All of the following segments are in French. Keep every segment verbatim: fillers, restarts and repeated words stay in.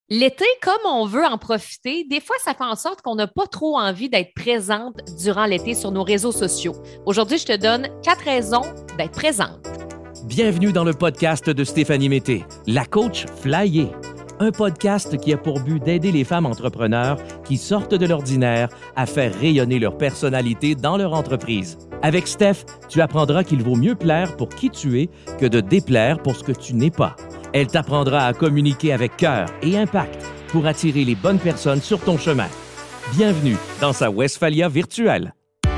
L'été, comme on veut en profiter, des fois, ça fait en sorte qu'on n'a pas trop envie d'être présente durant l'été sur nos réseaux sociaux. Aujourd'hui, je te donne quatre raisons d'être présente. Bienvenue dans le podcast de Stéphanie Mété, la coach Flyer. Un podcast qui a pour but d'aider les femmes entrepreneurs qui sortent de l'ordinaire à faire rayonner leur personnalité dans leur entreprise. Avec Steph, tu apprendras qu'il vaut mieux plaire pour qui tu es que de déplaire pour ce que tu n'es pas. Elle t'apprendra à communiquer avec cœur et impact pour attirer les bonnes personnes sur ton chemin. Bienvenue dans sa Westphalia virtuelle.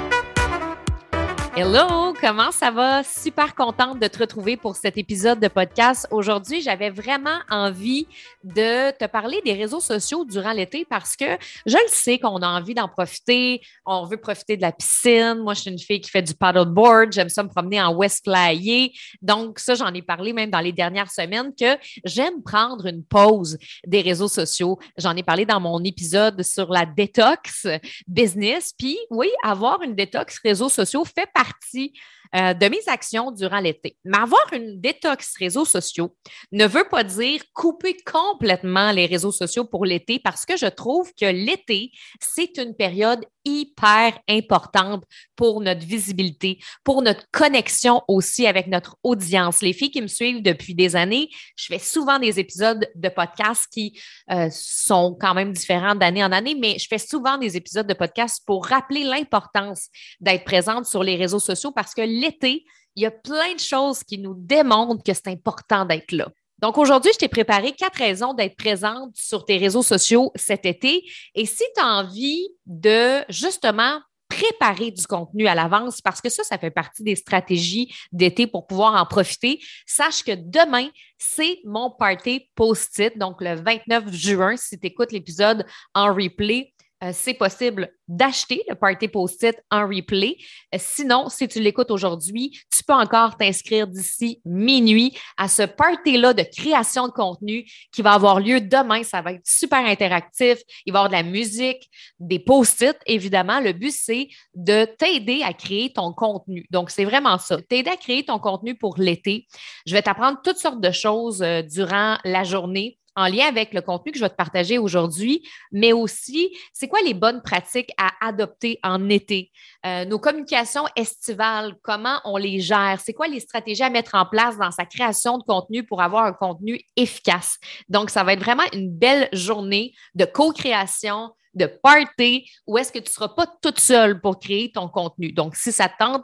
Hello, comment ça va? Super contente de te retrouver pour cet épisode de podcast. Aujourd'hui, j'avais vraiment envie de te parler des réseaux sociaux durant l'été parce que je le sais qu'on a envie d'en profiter. On veut profiter de la piscine. Moi, je suis une fille qui fait du paddleboard. J'aime ça me promener en Westphalia. Donc, ça, j'en ai parlé même dans les dernières semaines que j'aime prendre une pause des réseaux sociaux. J'en ai parlé dans mon épisode sur la détox business. Puis, oui, avoir une détox réseaux sociaux fait partie partie euh, de mes actions durant l'été. Mais avoir une détox réseaux sociaux ne veut pas dire couper complètement les réseaux sociaux pour l'été parce que je trouve que l'été, c'est une période hyper importante pour notre visibilité, pour notre connexion aussi avec notre audience. Les filles qui me suivent depuis des années, je fais souvent des épisodes de podcast qui euh, sont quand même différents d'année en année, mais je fais souvent des épisodes de podcast pour rappeler l'importance d'être présente sur les réseaux sociaux parce que l'été, il y a plein de choses qui nous démontrent que c'est important d'être là. Donc, aujourd'hui, je t'ai préparé quatre raisons d'être présente sur tes réseaux sociaux cet été. Et si tu as envie de, justement, préparer du contenu à l'avance, parce que ça, ça fait partie des stratégies d'été pour pouvoir en profiter, sache que demain, c'est mon party post-it, donc le vingt-neuf juin, si tu écoutes l'épisode en replay, Euh, c'est possible d'acheter le Party Post-it en replay. Euh, sinon, si tu l'écoutes aujourd'hui, tu peux encore t'inscrire d'ici minuit à ce party-là de création de contenu qui va avoir lieu demain. Ça va être super interactif. Il va y avoir de la musique, des post-it, évidemment. Le but, c'est de t'aider à créer ton contenu. Donc, c'est vraiment ça. T'aider à créer ton contenu pour l'été. Je vais t'apprendre toutes sortes de choses euh, durant la journée en lien avec le contenu que je vais te partager aujourd'hui, mais aussi, c'est quoi les bonnes pratiques à adopter en été? Euh, nos communications estivales, comment on les gère? C'est quoi les stratégies à mettre en place dans sa création de contenu pour avoir un contenu efficace? Donc, ça va être vraiment une belle journée de co-création, de party, où est-ce que tu ne seras pas toute seule pour créer ton contenu. Donc, si ça te tente,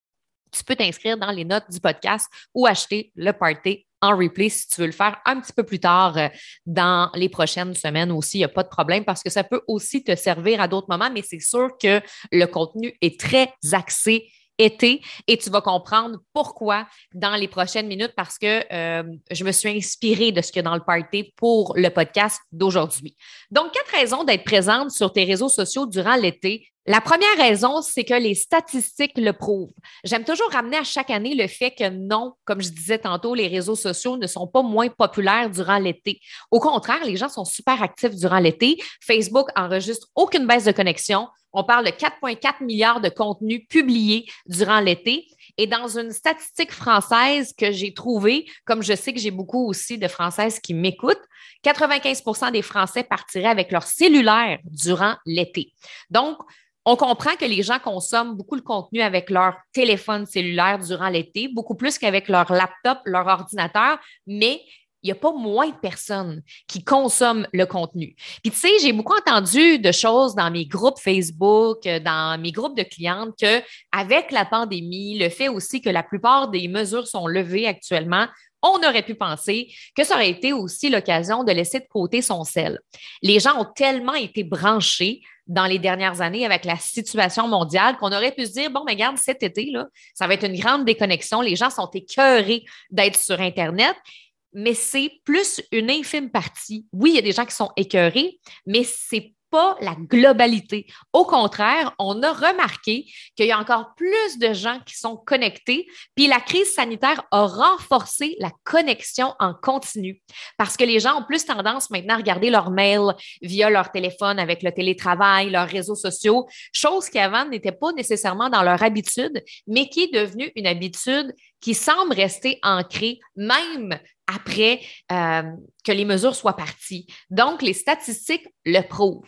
tu peux t'inscrire dans les notes du podcast ou acheter le party en replay si tu veux le faire un petit peu plus tard euh, dans les prochaines semaines aussi. Il n'y a pas de problème parce que ça peut aussi te servir à d'autres moments, mais c'est sûr que le contenu est très axé été et tu vas comprendre pourquoi dans les prochaines minutes parce que euh, je me suis inspirée de ce qu'il y a dans le party pour le podcast d'aujourd'hui. Donc, quatre raisons d'être présente sur tes réseaux sociaux durant l'été. La première raison, c'est que les statistiques le prouvent. J'aime toujours ramener à chaque année le fait que non, comme je disais tantôt, les réseaux sociaux ne sont pas moins populaires durant l'été. Au contraire, les gens sont super actifs durant l'été. Facebook enregistre aucune baisse de connexion. On parle de quatre virgule quatre milliards de contenus publiés durant l'été. Et dans une statistique française que j'ai trouvée, comme je sais que j'ai beaucoup aussi de Françaises qui m'écoutent, quatre-vingt-quinze pour cent des Français partiraient avec leur cellulaire durant l'été. Donc, on comprend que les gens consomment beaucoup le contenu avec leur téléphone cellulaire durant l'été, beaucoup plus qu'avec leur laptop, leur ordinateur, mais il n'y a pas moins de personnes qui consomment le contenu. Puis tu sais, j'ai beaucoup entendu de choses dans mes groupes Facebook, dans mes groupes de clientes, qu'avec la pandémie, le fait aussi que la plupart des mesures sont levées actuellement, on aurait pu penser que ça aurait été aussi l'occasion de laisser de côté son sel. Les gens ont tellement été branchés dans les dernières années avec la situation mondiale qu'on aurait pu se dire, bon, mais regarde, cet été, là, ça va être une grande déconnexion. Les gens sont écœurés d'être sur Internet, mais c'est plus une infime partie. Oui, il y a des gens qui sont écœurés, mais c'est pas la globalité. Au contraire, on a remarqué qu'il y a encore plus de gens qui sont connectés, puis la crise sanitaire a renforcé la connexion en continu parce que les gens ont plus tendance maintenant à regarder leur mail via leur téléphone avec le télétravail, leurs réseaux sociaux, chose qui avant n'était pas nécessairement dans leur habitude, mais qui est devenue une habitude qui semble rester ancré même après euh, que les mesures soient parties. Donc, les statistiques le prouvent.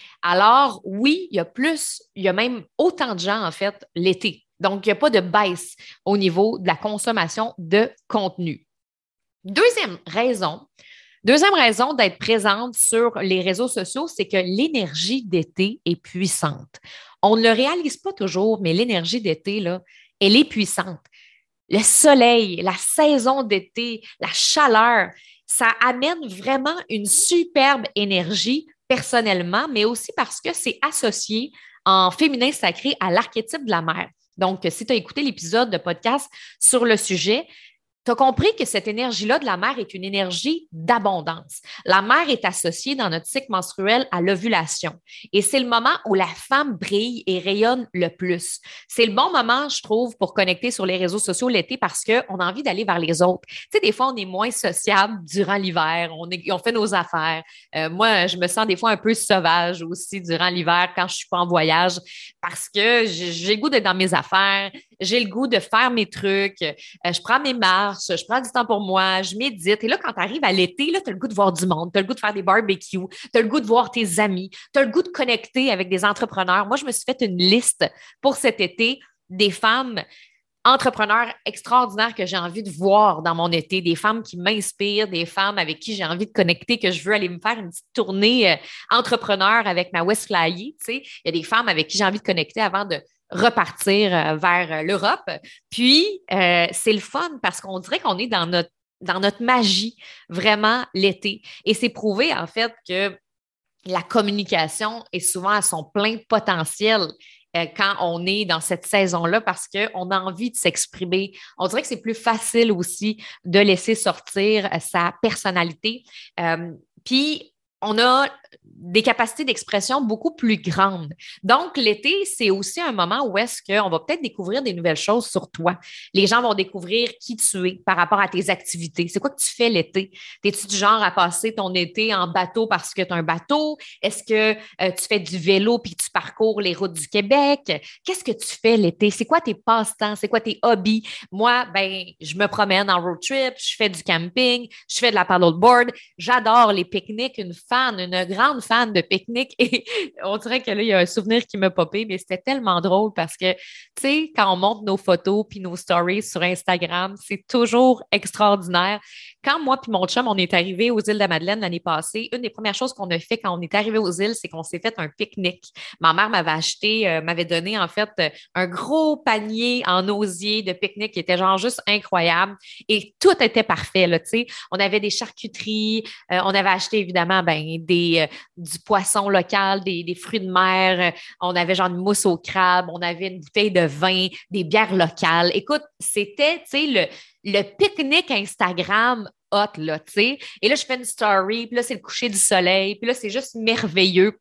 Alors, oui, il y a plus, il y a même autant de gens, en fait, l'été. Donc, il n'y a pas de baisse au niveau de la consommation de contenu. Deuxième raison, deuxième raison d'être présente sur les réseaux sociaux, c'est que l'énergie d'été est puissante. On ne le réalise pas toujours, mais l'énergie d'été, là, elle est puissante. Le soleil, la saison d'été, la chaleur, ça amène vraiment une superbe énergie personnellement, mais aussi parce que c'est associé en féminin sacré à l'archétype de la mère. Donc, si tu as écouté l'épisode de podcast sur le sujet, tu as compris que cette énergie-là de la mère est une énergie d'abondance. La mère est associée dans notre cycle menstruel à l'ovulation et c'est le moment où la femme brille et rayonne le plus. C'est le bon moment, je trouve, pour connecter sur les réseaux sociaux l'été parce qu'on a envie d'aller vers les autres. Tu sais, des fois, on est moins sociable durant l'hiver, on, est, on fait nos affaires. Euh, moi, je me sens des fois un peu sauvage aussi durant l'hiver quand je ne suis pas en voyage parce que j'ai le goût d'être dans mes affaires, j'ai le goût de faire mes trucs, euh, je prends mes marches, je prends du temps pour moi, je médite. Et là, quand tu arrives à l'été, tu as le goût de voir du monde, tu as le goût de faire des barbecues, tu as le goût de voir tes amis, tu as le goût de connecter avec des entrepreneurs. Moi, je me suis fait une liste pour cet été des femmes entrepreneurs extraordinaires que j'ai envie de voir dans mon été, des femmes qui m'inspirent, des femmes avec qui j'ai envie de connecter, que je veux aller me faire une petite tournée euh, entrepreneur avec ma West Flyer. Tu sais, il y a des femmes avec qui j'ai envie de connecter avant de repartir euh, vers euh, l'Europe. Puis, euh, c'est le fun parce qu'on dirait qu'on est dans notre, dans notre magie, vraiment, l'été. Et c'est prouvé, en fait, que la communication est souvent à son plein potentiel euh, quand on est dans cette saison-là parce qu'on a envie de s'exprimer. On dirait que c'est plus facile aussi de laisser sortir euh, sa personnalité. Euh, puis, on a des capacités d'expression beaucoup plus grandes. Donc, l'été, c'est aussi un moment où est-ce qu'on va peut-être découvrir des nouvelles choses sur toi. Les gens vont découvrir qui tu es par rapport à tes activités. C'est quoi que tu fais l'été? Es-tu du genre à passer ton été en bateau parce que tu as un bateau? Est-ce que euh, tu fais du vélo puis tu parcours les routes du Québec? Qu'est-ce que tu fais l'été? C'est quoi tes passe-temps? C'est quoi tes hobbies? Moi, ben, je me promène en road trip, je fais du camping, je fais de la paddleboard. J'adore les pique-niques, une fan, une grande fan de pique-nique et on dirait que là, il y a un souvenir qui m'a popé, mais c'était tellement drôle parce que, tu sais, quand on monte nos photos puis nos stories sur Instagram, c'est toujours extraordinaire. Quand moi puis mon chum, on est arrivés aux îles de la Madeleine l'année passée, une des premières choses qu'on a fait quand on est arrivé aux îles, c'est qu'on s'est fait un pique-nique. Ma mère m'avait acheté, euh, m'avait donné en fait un gros panier en osier de pique-nique qui était genre juste incroyable et tout était parfait, là, tu sais. On avait des charcuteries, euh, on avait acheté évidemment ben, des, euh, du poisson local, des, des fruits de mer, euh, on avait genre une mousse au crabe, on avait une bouteille de vin, des bières locales. Écoute, c'était, tu sais, le le pique-nique Instagram hot, là, tu sais. Et là, je fais une story, puis là, c'est le coucher du soleil, puis là, c'est juste merveilleux.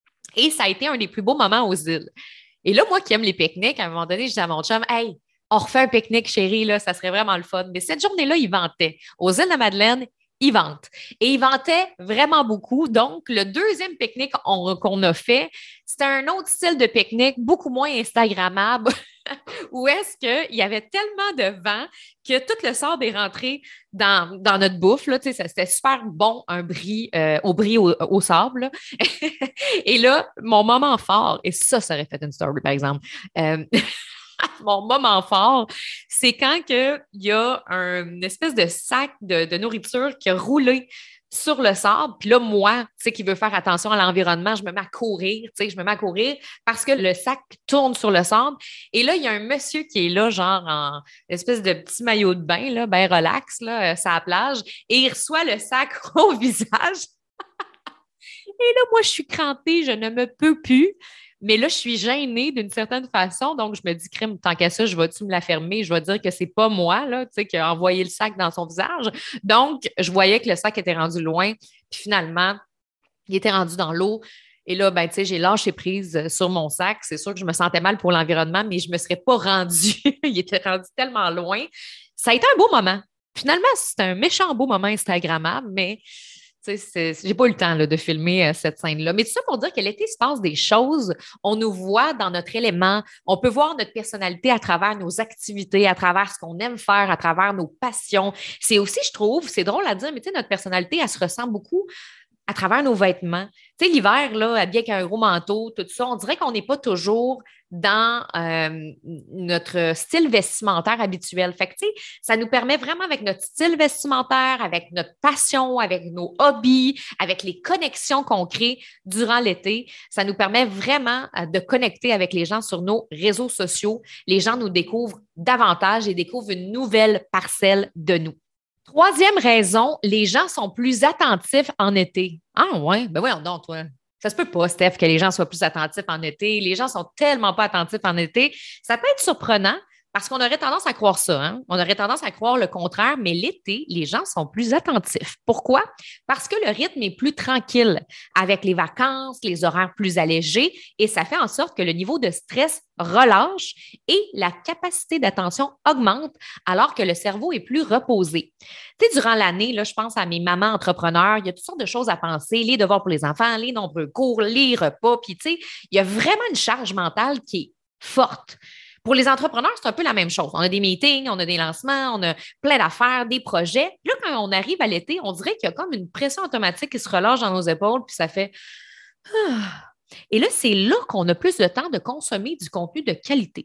Et ça a été un des plus beaux moments aux îles. Et là, moi qui aime les pique-niques, à un moment donné, je dis à mon chum, hey, on refait un pique-nique, chérie, là, ça serait vraiment le fun. Mais cette journée-là, il ventait. Aux îles de la Madeleine, il vente. Et il ventait vraiment beaucoup. Donc, le deuxième pique-nique on, qu'on a fait, c'était un autre style de pique-nique, beaucoup moins Instagrammable, où est-ce qu'il y avait tellement de vent que tout le sable est rentré dans, dans notre bouffe. Là, tu sais, c'était super bon, un brie, euh, au brie au, au sable. Là. Et là, mon moment fort, et ça, ça aurait fait une story, par exemple, euh, mon moment fort, c'est quand il y a un, une espèce de sac de, de nourriture qui a roulé sur le sable. Puis là, moi, tu sais, qui veut faire attention à l'environnement, je me mets à courir, tu sais, je me mets à courir parce que le sac tourne sur le sable. Et là, il y a un monsieur qui est là, genre en espèce de petit maillot de bain, là, ben relax, là, sur la plage, et il reçoit le sac au visage. Et là, moi, je suis crampée, je ne me peux plus. Mais là, je suis gênée d'une certaine façon. Donc, je me dis, crime, tant qu'à ça, je vais-tu me la fermer? Je vais dire que c'est pas moi, là, tu sais, qui a envoyé le sac dans son visage. Donc, je voyais que le sac était rendu loin. Puis finalement, il était rendu dans l'eau. Et là, ben, tu sais, j'ai lâché prise sur mon sac. C'est sûr que je me sentais mal pour l'environnement, mais je ne me serais pas rendue. Il était rendu tellement loin. Ça a été un beau moment. Finalement, c'était un méchant beau moment Instagrammable, mais Tu sais, c'est- j'ai pas eu le temps là, de filmer euh, cette scène-là. Mais tout ça pour dire que l'été, il se passe des choses. On nous voit dans notre élément. On peut voir notre personnalité à travers nos activités, à travers ce qu'on aime faire, à travers nos passions. C'est aussi, je trouve, c'est drôle à dire, mais tu sais, notre personnalité, elle se ressent beaucoup à travers nos vêtements. Tu sais, l'hiver, là, habillé avec un gros manteau, tout ça, on dirait qu'on n'est pas toujours dans euh, notre style vestimentaire habituel. Fait que, tu sais, ça nous permet vraiment, avec notre style vestimentaire, avec notre passion, avec nos hobbies, avec les connexions qu'on crée durant l'été, ça nous permet vraiment euh, de connecter avec les gens sur nos réseaux sociaux. Les gens nous découvrent davantage et découvrent une nouvelle parcelle de nous. Troisième raison, les gens sont plus attentifs en été. Ah ouais, ben oui, donc, toi. Ça se peut pas, Steph, que les gens soient plus attentifs en été. Les gens sont tellement pas attentifs en été. Ça peut être surprenant parce qu'on aurait tendance à croire ça, hein? On aurait tendance à croire le contraire, mais l'été, les gens sont plus attentifs. Pourquoi? Parce que le rythme est plus tranquille avec les vacances, les horaires plus allégés et ça fait en sorte que le niveau de stress relâche et la capacité d'attention augmente alors que le cerveau est plus reposé. Tu sais, durant l'année, là, je pense à mes mamans entrepreneurs, il y a toutes sortes de choses à penser, les devoirs pour les enfants, les nombreux cours, les repas, puis tu sais, il y a vraiment une charge mentale qui est forte. Pour les entrepreneurs, c'est un peu la même chose. On a des meetings, on a des lancements, on a plein d'affaires, des projets. Là, quand on arrive à l'été, on dirait qu'il y a comme une pression automatique qui se relâche dans nos épaules, puis ça fait ah. Et là, c'est là qu'on a plus de temps de consommer du contenu de qualité.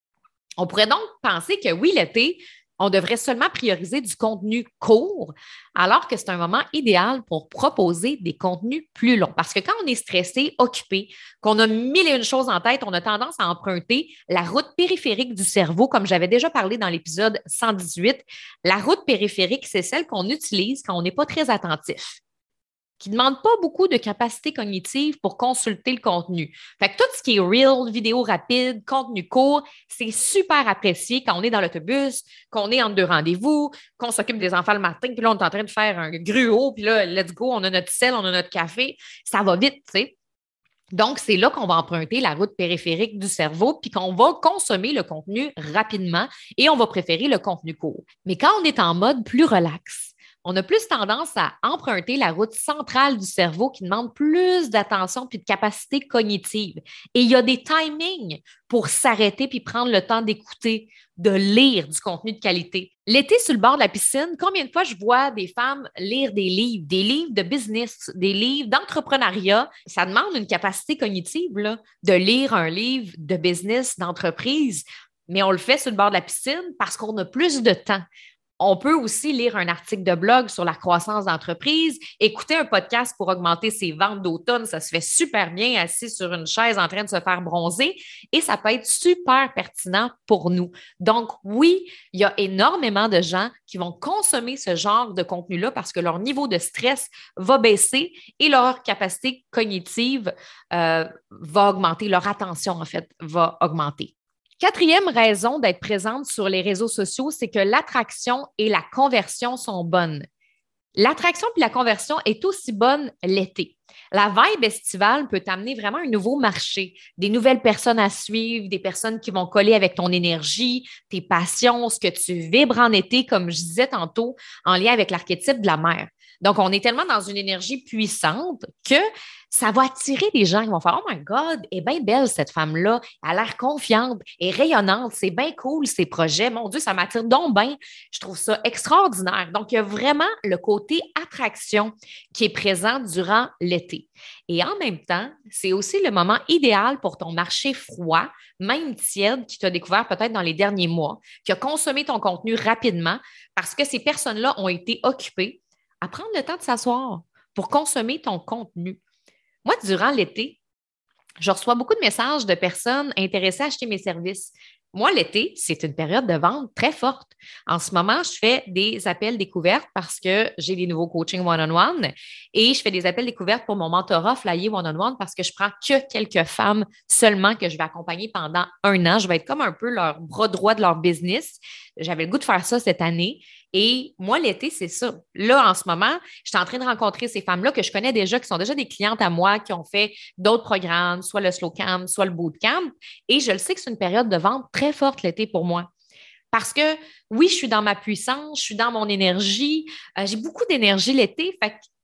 On pourrait donc penser que oui, l'été, on devrait seulement prioriser du contenu court, alors que c'est un moment idéal pour proposer des contenus plus longs. Parce que quand on est stressé, occupé, qu'on a mille et une choses en tête, on a tendance à emprunter la route périphérique du cerveau, comme j'avais déjà parlé dans l'épisode cent dix-huit. La route périphérique, c'est celle qu'on utilise quand on n'est pas très attentif, qui ne demande pas beaucoup de capacité cognitive pour consulter le contenu. Fait que tout ce qui est reel, vidéo rapide, contenu court, c'est super apprécié quand on est dans l'autobus, qu'on est entre deux rendez-vous, qu'on s'occupe des enfants le matin, puis là, on est en train de faire un gruau, puis là, let's go, on a notre sel, on a notre café. Ça va vite, tu sais. Donc, c'est là qu'on va emprunter la route périphérique du cerveau, puis qu'on va consommer le contenu rapidement et on va préférer le contenu court. Mais quand on est en mode plus relax, on a plus tendance à emprunter la route centrale du cerveau qui demande plus d'attention puis de capacité cognitive. Et il y a des timings pour s'arrêter puis prendre le temps d'écouter, de lire du contenu de qualité. L'été, sur le bord de la piscine, combien de fois je vois des femmes lire des livres, des livres de business, des livres d'entrepreneuriat? Ça demande une capacité cognitive là, de lire un livre de business, d'entreprise, mais on le fait sur le bord de la piscine parce qu'on a plus de temps. On peut aussi lire un article de blog sur la croissance d'entreprise, écouter un podcast pour augmenter ses ventes d'automne. Ça se fait super bien assis sur une chaise en train de se faire bronzer et ça peut être super pertinent pour nous. Donc, oui, il y a énormément de gens qui vont consommer ce genre de contenu-là parce que leur niveau de stress va baisser et leur capacité cognitive euh, va augmenter, leur attention, en fait, va augmenter. Quatrième raison d'être présente sur les réseaux sociaux, c'est que l'attraction et la conversion sont bonnes. L'attraction puis la conversion est aussi bonne l'été. La vibe estivale peut t'amener vraiment un nouveau marché, des nouvelles personnes à suivre, des personnes qui vont coller avec ton énergie, tes passions, ce que tu vibres en été, comme je disais tantôt, en lien avec l'archétype de la mer. Donc, on est tellement dans une énergie puissante que ça va attirer des gens qui vont faire « Oh my God, elle est bien belle cette femme-là, elle a l'air confiante et rayonnante, c'est bien cool ses projets, mon Dieu, ça m'attire donc bien. » Je trouve ça extraordinaire. Donc, il y a vraiment le côté attraction qui est présent durant l'été. Et en même temps, c'est aussi le moment idéal pour ton marché froid, même tiède, qui t'a découvert peut-être dans les derniers mois, qui a consommé ton contenu rapidement parce que ces personnes-là ont été occupées à prendre le temps de s'asseoir pour consommer ton contenu. Moi, durant l'été, je reçois beaucoup de messages de personnes intéressées à acheter mes services. Moi, l'été, c'est une période de vente très forte. En ce moment, je fais des appels découvertes parce que j'ai des nouveaux coachings one-on-one et je fais des appels découvertes pour mon mentorat Flyer one-on-one parce que je prends que quelques femmes seulement que je vais accompagner pendant un an. Je vais être comme un peu leur bras droit de leur business. J'avais le goût de faire ça cette année. Et moi, l'été, c'est ça. Là, en ce moment, je suis en train de rencontrer ces femmes-là que je connais déjà, qui sont déjà des clientes à moi, qui ont fait d'autres programmes, soit le Slow Camp, soit le Bootcamp. Et je le sais que c'est une période de vente très forte l'été pour moi. Parce que oui, je suis dans ma puissance, je suis dans mon énergie. Euh, j'ai beaucoup d'énergie l'été. Fait que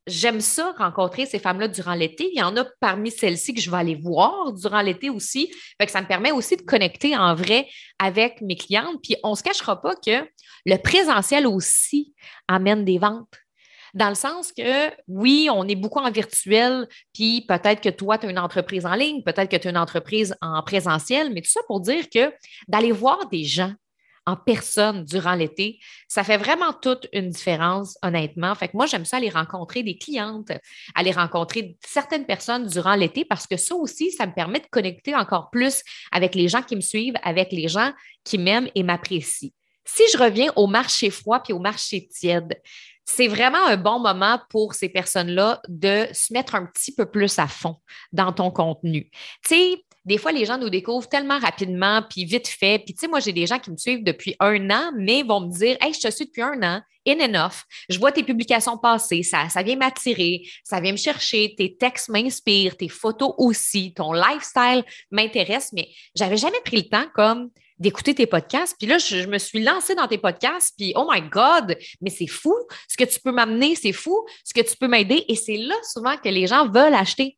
j'aime ça, rencontrer ces femmes-là durant l'été. Il y en a parmi celles-ci que je vais aller voir durant l'été aussi. Fait que ça me permet aussi de connecter en vrai avec mes clientes. Puis on ne se cachera pas que le présentiel aussi amène des ventes. Dans le sens que, oui, on est beaucoup en virtuel, puis peut-être que toi, tu as une entreprise en ligne, peut-être que tu as une entreprise en présentiel, mais tout ça pour dire que d'aller voir des gens en personne durant l'été, ça fait vraiment toute une différence, honnêtement. Fait que moi, j'aime ça aller rencontrer des clientes, aller rencontrer certaines personnes durant l'été parce que ça aussi, ça me permet de connecter encore plus avec les gens qui me suivent, avec les gens qui m'aiment et m'apprécient. Si je reviens au marché froid puis au marché tiède, c'est vraiment un bon moment pour ces personnes-là de se mettre un petit peu plus à fond dans ton contenu. Tu sais, des fois, les gens nous découvrent tellement rapidement, puis vite fait. Puis, tu sais, moi, j'ai des gens qui me suivent depuis un an, mais vont me dire « Hey, je te suis depuis un an, in and off. Je vois tes publications passer, ça, ça vient m'attirer, ça vient me chercher, tes textes m'inspirent, tes photos aussi, ton lifestyle m'intéresse, mais j'avais jamais pris le temps comme d'écouter tes podcasts. Puis là, je, je me suis lancée dans tes podcasts, puis oh my God, mais c'est fou. Ce que tu peux m'amener, c'est fou. Ce que tu peux m'aider. Et c'est là souvent que les gens veulent acheter.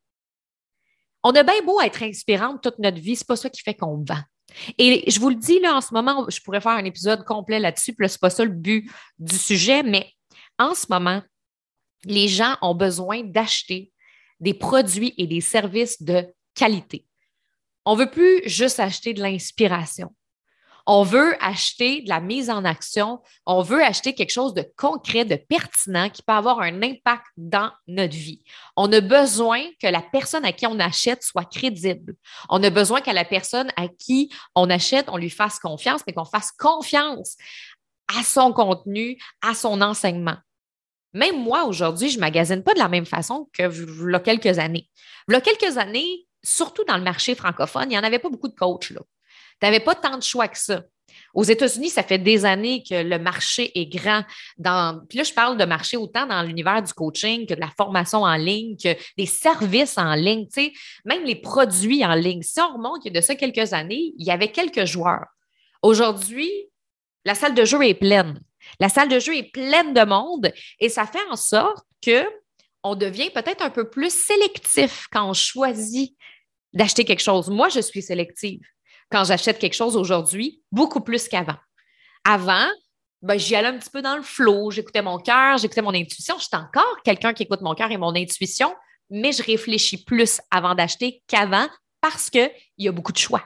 On a bien beau être inspirante toute notre vie, c'est pas ça qui fait qu'on vend. Et je vous le dis, là, en ce moment, je pourrais faire un épisode complet là-dessus, puis là, c'est pas ça le but du sujet, mais en ce moment, les gens ont besoin d'acheter des produits et des services de qualité. On ne veut plus juste acheter de l'inspiration. On veut acheter de la mise en action. On veut acheter quelque chose de concret, de pertinent qui peut avoir un impact dans notre vie. On a besoin que la personne à qui on achète soit crédible. On a besoin que la personne à qui on achète, on lui fasse confiance, mais qu'on fasse confiance à son contenu, à son enseignement. Même moi, aujourd'hui, je ne magasine pas de la même façon que il y a quelques années. Il y a quelques années, surtout dans le marché francophone, il n'y en avait pas beaucoup de coachs, là. Tu n'avais pas tant de choix que ça. Aux États-Unis, ça fait des années que le marché est grand. Dans, puis là, je parle de marché autant dans l'univers du coaching que de la formation en ligne, que des services en ligne, tu sais, même les produits en ligne. Si on remonte il y a de ça quelques années, il y avait quelques joueurs. Aujourd'hui, la salle de jeu est pleine. La salle de jeu est pleine de monde et ça fait en sorte qu'on devient peut-être un peu plus sélectif quand on choisit d'acheter quelque chose. Moi, je suis sélective quand j'achète quelque chose aujourd'hui, beaucoup plus qu'avant. Avant, ben, j'y allais un petit peu dans le flow, j'écoutais mon cœur, j'écoutais mon intuition. Je suis encore quelqu'un qui écoute mon cœur et mon intuition, mais je réfléchis plus avant d'acheter qu'avant parce qu'il y a beaucoup de choix.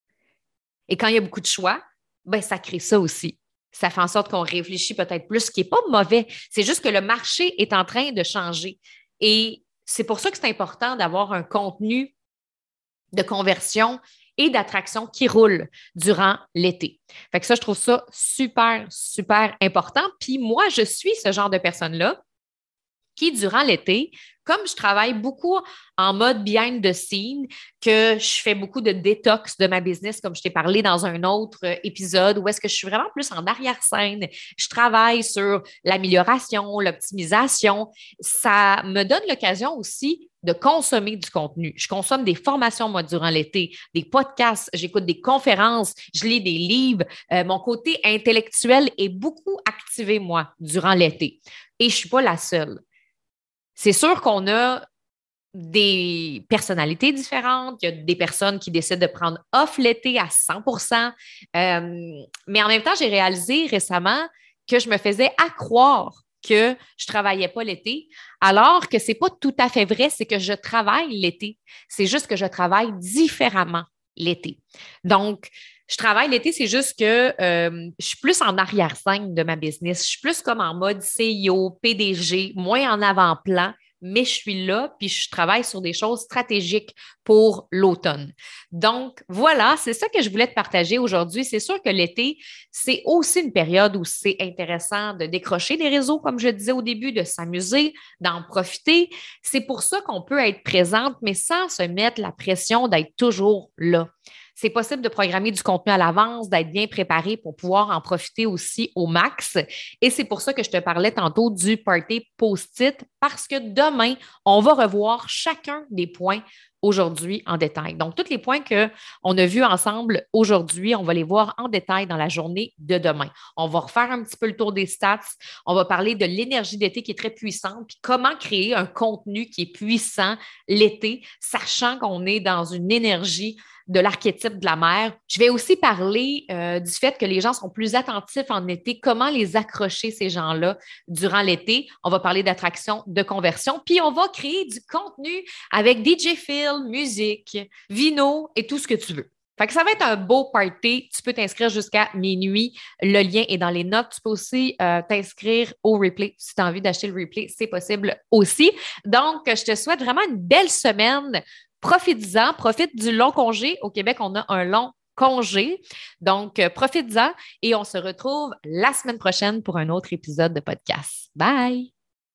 Et quand il y a beaucoup de choix, ben, ça crée ça aussi. Ça fait en sorte qu'on réfléchit peut-être plus, ce qui n'est pas mauvais. C'est juste que le marché est en train de changer. Et c'est pour ça que c'est important d'avoir un contenu de conversion et d'attraction qui roule durant l'été. Fait que ça, je trouve ça super, super important. Puis moi, je suis ce genre de personne-là qui, durant l'été, comme je travaille beaucoup en mode behind the scene, que je fais beaucoup de détox de ma business, comme je t'ai parlé dans un autre épisode, où est-ce que je suis vraiment plus en arrière-scène, je travaille sur l'amélioration, l'optimisation, ça me donne l'occasion aussi de consommer du contenu. Je consomme des formations, moi, durant l'été, des podcasts, j'écoute des conférences, je lis des livres. Euh, mon côté intellectuel est beaucoup activé, moi, durant l'été. Et je ne suis pas la seule. C'est sûr qu'on a des personnalités différentes, il y a des personnes qui décident de prendre off l'été à cent pour cent. Euh, mais en même temps, j'ai réalisé récemment que je me faisais accroire que je ne travaillais pas l'été, alors que ce n'est pas tout à fait vrai, c'est que je travaille l'été. C'est juste que je travaille différemment l'été. Donc, je travaille l'été, c'est juste que euh, je suis plus en arrière-scène de ma business. Je suis plus comme en mode C E O, P D G, moins en avant-plan, mais je suis là, puis je travaille sur des choses stratégiques pour l'automne. Donc, voilà, c'est ça que je voulais te partager aujourd'hui. C'est sûr que l'été, c'est aussi une période où c'est intéressant de décrocher des réseaux, comme je disais au début, de s'amuser, d'en profiter. C'est pour ça qu'on peut être présente, mais sans se mettre la pression d'être toujours là. C'est possible de programmer du contenu à l'avance, d'être bien préparé pour pouvoir en profiter aussi au max. Et c'est pour ça que je te parlais tantôt du party post-it, parce que demain, on va revoir chacun des points aujourd'hui en détail. Donc, tous les points qu'on a vus ensemble aujourd'hui, on va les voir en détail dans la journée de demain. On va refaire un petit peu le tour des stats. On va parler de l'énergie d'été qui est très puissante, puis comment créer un contenu qui est puissant l'été, sachant qu'on est dans une énergie de l'archétype de la mère. Je vais aussi parler euh, du fait que les gens sont plus attentifs en été, comment les accrocher, ces gens-là, durant l'été. On va parler d'attraction, de conversion, puis on va créer du contenu avec D J Phil, musique, vino et tout ce que tu veux. Fait que ça va être un beau party. Tu peux t'inscrire jusqu'à minuit. Le lien est dans les notes. Tu peux aussi euh, t'inscrire au replay. Si tu as envie d'acheter le replay, c'est possible aussi. Donc, je te souhaite vraiment une belle semaine. Profite-en, profite du long congé. Au Québec, on a un long congé. Donc, euh, profite-en et on se retrouve la semaine prochaine pour un autre épisode de podcast. Bye!